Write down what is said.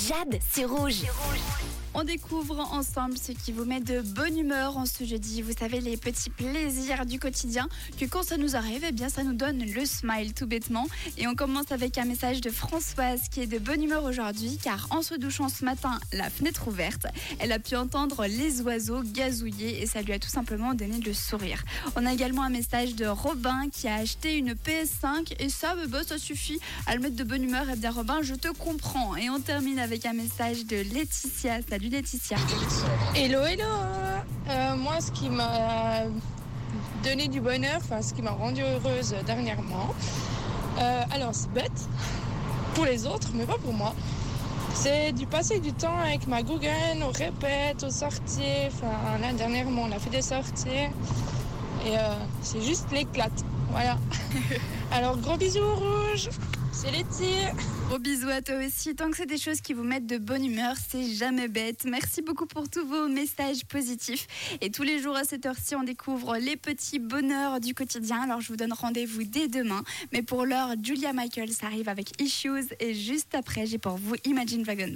Jade, c'est rouge. On découvre ensemble ce qui vous met de bonne humeur en ce jeudi. Vous savez, les petits plaisirs du quotidien, que quand ça nous arrive, eh bien, ça nous donne le smile tout bêtement. Et on commence avec un message de Françoise qui est de bonne humeur aujourd'hui, car en se douchant ce matin, la fenêtre ouverte, elle a pu entendre les oiseaux gazouiller et ça lui a tout simplement donné le sourire. On a également un message de Robin qui a acheté une PS5 et ça, ça suffit à le mettre de bonne humeur. Eh bien, Robin, je te comprends. Et on termine avec un message de Laetitia. Salut Laetitia. Hello. Moi, ce qui m'a donné du bonheur, ce qui m'a rendue heureuse dernièrement, alors c'est bête pour les autres, mais pas pour moi. C'est du passer du temps avec ma Gougaine, on répète, aux sorties. Là, dernièrement, on a fait des sorties. Et c'est juste l'éclate. Voilà. Alors, gros bisous rouge. C'est Letty. Gros bisous à toi aussi. Tant que c'est des choses qui vous mettent de bonne humeur, c'est jamais bête. Merci beaucoup pour tous vos messages positifs. Et tous les jours à cette heure-ci, on découvre les petits bonheurs du quotidien. Alors, je vous donne rendez-vous dès demain. Mais pour l'heure, Julia Michaels arrive avec Issues. Et juste après, j'ai pour vous Imagine Dragons.